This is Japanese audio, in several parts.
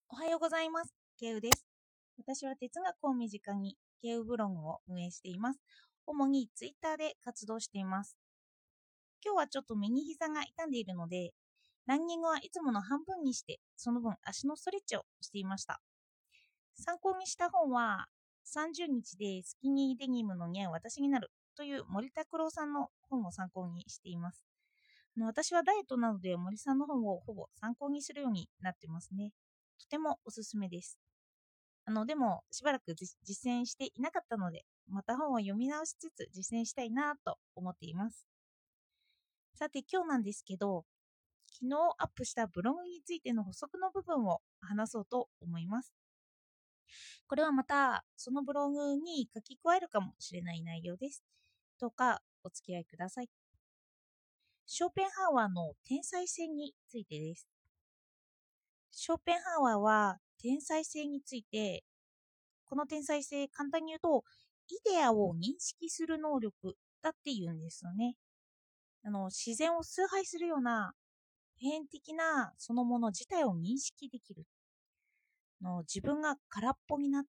おはようございます。ケウです。私は哲学を身近にケウブログを運営しています。主にツイッターで活動しています。今日はちょっと右膝が痛んでいるので、ランニングはいつもの半分にして、その分足のストレッチをしていました。参考にした本は、30日でスキニーデニムの似合う私になるという森拓郎さんの本を参考にしています。私はダイエットなので森さんの本をほぼ参考にするようになってますね。とてもおすすめです。でも、しばらく実践していなかったので、また本を読み直しつつ実践したいなと思っています。さて、今日なんですけど、昨日アップしたブログについての補足の部分を話そうと思います。これはまた、そのブログに書き加えるかもしれない内容です。どうかお付き合いください。ショーペンハーワーの天才性についてです。ショーペンハーワーは天才性について、この天才性、簡単に言うと、イデアを認識する能力だって言うんですよね。自然を崇拝するような普遍的なそのもの自体を認識できる。自分が空っぽになって、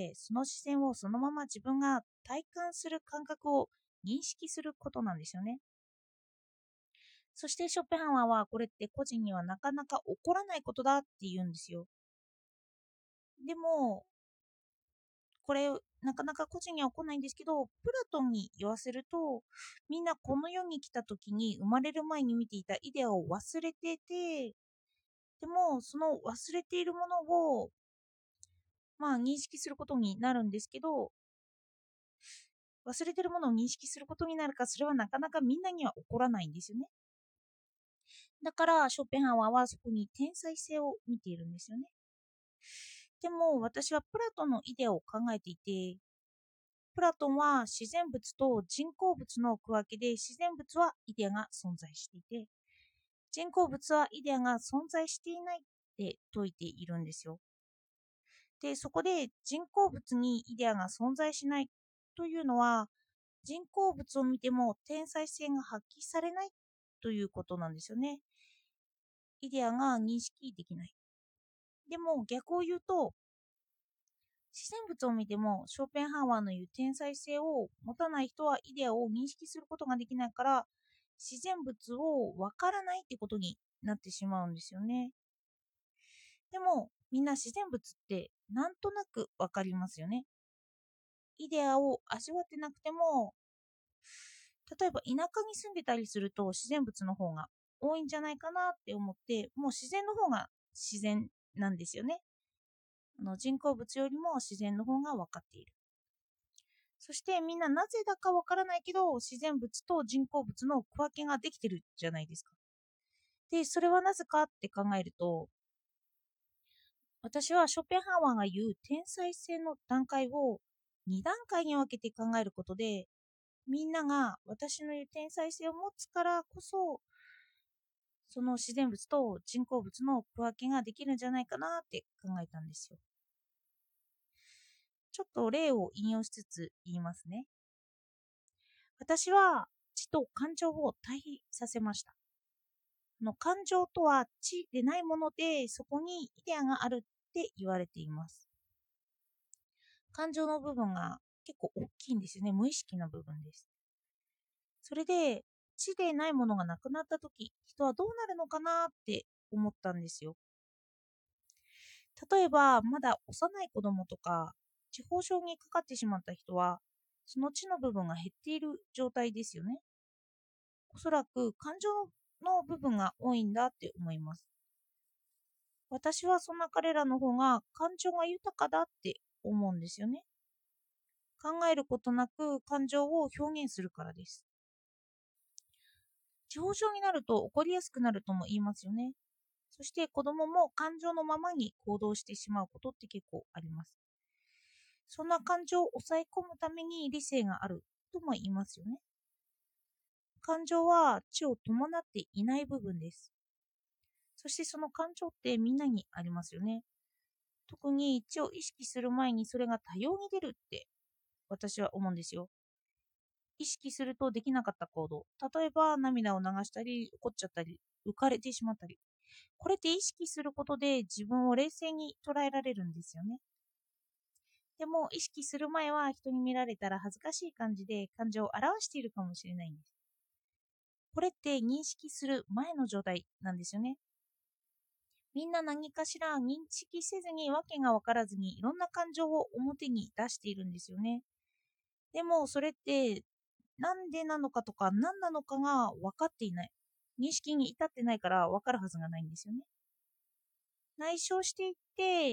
その自然をそのまま自分が体感する感覚を認識することなんですよね。そしてショッペンハワーはこれって個人にはなかなか起こらないことだって言うんですよ。でも、これ、なかなか個人には起こらないんですけど、プラトンに言わせると、みんなこの世に来た時に生まれる前に見ていたイデアを忘れてて、でも、その忘れているものを、認識することになるんですけど、忘れているものを認識することになるか、それはなかなかみんなには起こらないんですよね。だから、ショッペンハワーはそこに天才性を見ているんですよね。でも、私はプラトンのイデアを考えていて、プラトンは自然物と人工物の区分けで、自然物はイデアが存在していて、人工物はイデアが存在していないって説いているんですよ。で、そこで人工物にイデアが存在しないというのは、人工物を見ても天才性が発揮されないということなんですよね。イデアが認識できない。でも逆を言うと、自然物を見てもショーペンハーワーの言う天才性を持たない人はイデアを認識することができないから、自然物をわからないってことになってしまうんですよね。でもみんな自然物ってなんとなくわかりますよね。イデアを味わってなくても、例えば田舎に住んでたりすると自然物の方が多いんじゃないかなって思って、もう自然の方が自然なんですよね。人工物よりも自然の方が分かっている。そしてみんななぜだかわからないけど、自然物と人工物の区分けができてるじゃないですか。で、それはなぜかって考えると、私はショペンハワーが言う天才性の段階を2段階に分けて考えることで、みんなが私の言う天才性を持つからこそ、その自然物と人工物の区分けができるんじゃないかなって考えたんですよ。ちょっと例を引用しつつ言いますね。私は知と感情を対比させました。感情とは知でないもので、そこにイデアがあるって言われています。感情の部分が結構大きいんですよね。無意識な部分です。それで、知でないものがなくなった時、人はどうなるのかなって思ったんですよ。例えば、まだ幼い子供とか、地方症にかかってしまった人は、その知の部分が減っている状態ですよね。おそらく感情の部分が多いんだって思います。私はそんな彼らの方が感情が豊かだって思うんですよね。考えることなく感情を表現するからです。地方症になると怒りやすくなるとも言いますよね。そして子供も感情のままに行動してしまうことって結構あります。そんな感情を抑え込むために理性があるとも言いますよね。感情は知を伴っていない部分です。そしてその感情ってみんなにありますよね。特に知を意識する前にそれが多様に出るって私は思うんですよ。意識するとできなかった行動。例えば涙を流したり、怒っちゃったり、浮かれてしまったり。 これって意識することで自分を冷静に捉えられるんですよね。でも意識する前は人に見られたら恥ずかしい感じで感情を表しているかもしれないんです。これって認識する前の状態なんですよね。みんな何かしら認識せずに訳が分からずにいろんな感情を表に出しているんですよね。でもそれってなんでなのかとか何なのかが分かっていない。認識に至ってないから分かるはずがないんですよね。内省していって、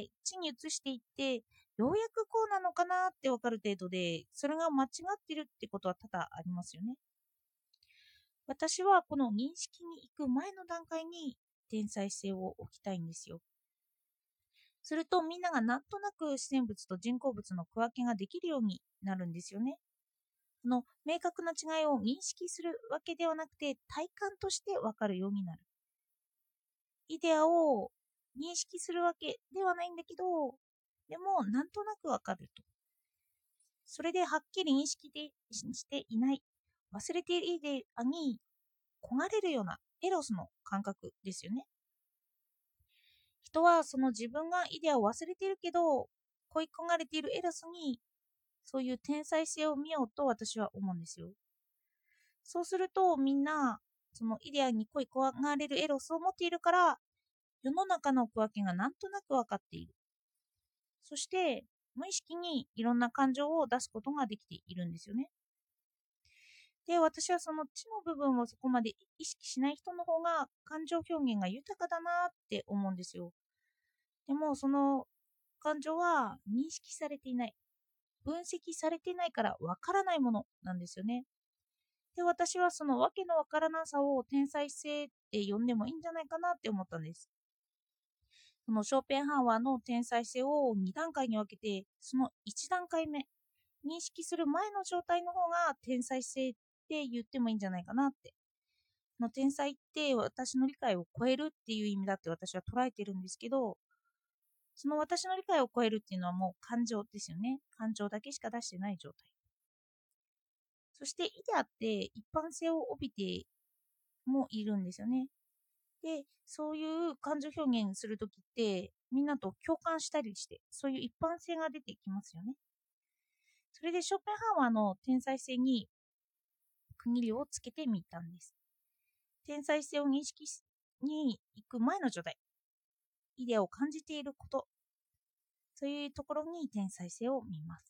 地に移していって、ようやくこうなのかなって分かる程度で、それが間違ってるってことは多々ありますよね。私はこの認識に行く前の段階に天才性を置きたいんですよ。するとみんながなんとなく自然物と人工物の区分けができるようになるんですよね。明確な違いを認識するわけではなくて体感としてわかるようになる。イデアを認識するわけではないんだけど、でもなんとなくわかると。それではっきり認識していない、忘れているイデアに焦がれるようなエロスの感覚ですよね。人はその自分がイデアを忘れているけど、恋焦がれているエロスにそういう天才性を見ようと私は思うんですよ。そうするとみんなそのイデアに恋焦がれるエロスを持っているから世の中の区分けがなんとなく分かっている。そして無意識にいろんな感情を出すことができているんですよね。で、私はその知の部分をそこまで意識しない人の方が感情表現が豊かだなって思うんですよ。でもその感情は認識されていない。分析されていないからわからないものなんですよね。で、私はそのわけのわからなさを天才性って呼んでもいいんじゃないかなって思ったんです。そのショーペンハーワーの天才性を2段階に分けて、その1段階目、認識する前の状態の方が天才性って言ってもいいんじゃないかなって。の天才って私の理解を超えるっていう意味だって私は捉えてるんですけど、その私の理解を超えるっていうのはもう感情ですよね。感情だけしか出してない状態。そしてイデアって一般性を帯びてもいるんですよね。で、そういう感情表現するときってみんなと共感したりして、そういう一般性が出てきますよね。それでショーペンハーワーの天才性に区切りをつけてみたんです。天才性を認識に行く前の状態、イデアを感じていること、そういうところに天才性を見ます。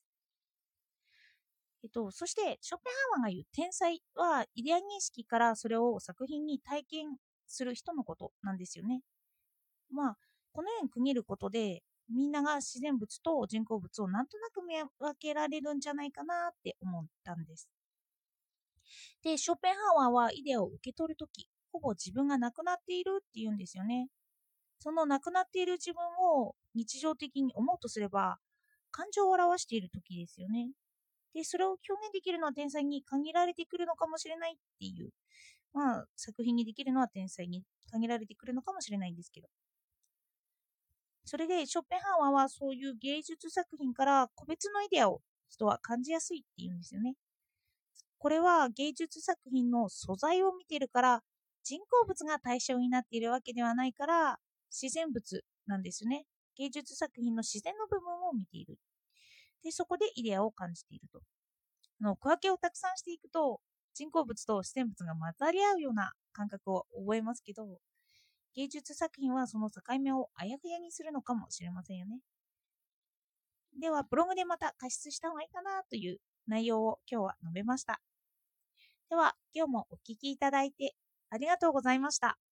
そして、ショペンハーワーが言う天才は、イデア認識からそれを作品に体験する人のことなんですよね。まあ、このように区切ることで、みんなが自然物と人工物をなんとなく見分けられるんじゃないかなって思ったんです。で、ショペンハーワーはイデアを受け取るとき、ほぼ自分がなくなっているって言うんですよね。そのなくなっている自分を日常的に思うとすれば、感情を表しているときですよね。で、それを表現できるのは天才に限られてくるのかもしれないっていう、作品にできるのは天才に限られてくるのかもしれないんですけど。それで、ショッペンハーワーはそういう芸術作品から個別のイデアを人は感じやすいっていうんですよね。これは芸術作品の素材を見ているから、人工物が対象になっているわけではないから、自然物なんですよね。芸術作品の自然の部分を見ている。で、そこでイデアを感じていると。区分けをたくさんしていくと、人工物と自然物が混ざり合うような感覚を覚えますけど、芸術作品はその境目をあやふやにするのかもしれませんよね。では、ブログでまた加筆した方がいいかなという内容を今日は述べました。では、今日もお聞きいただいてありがとうございました。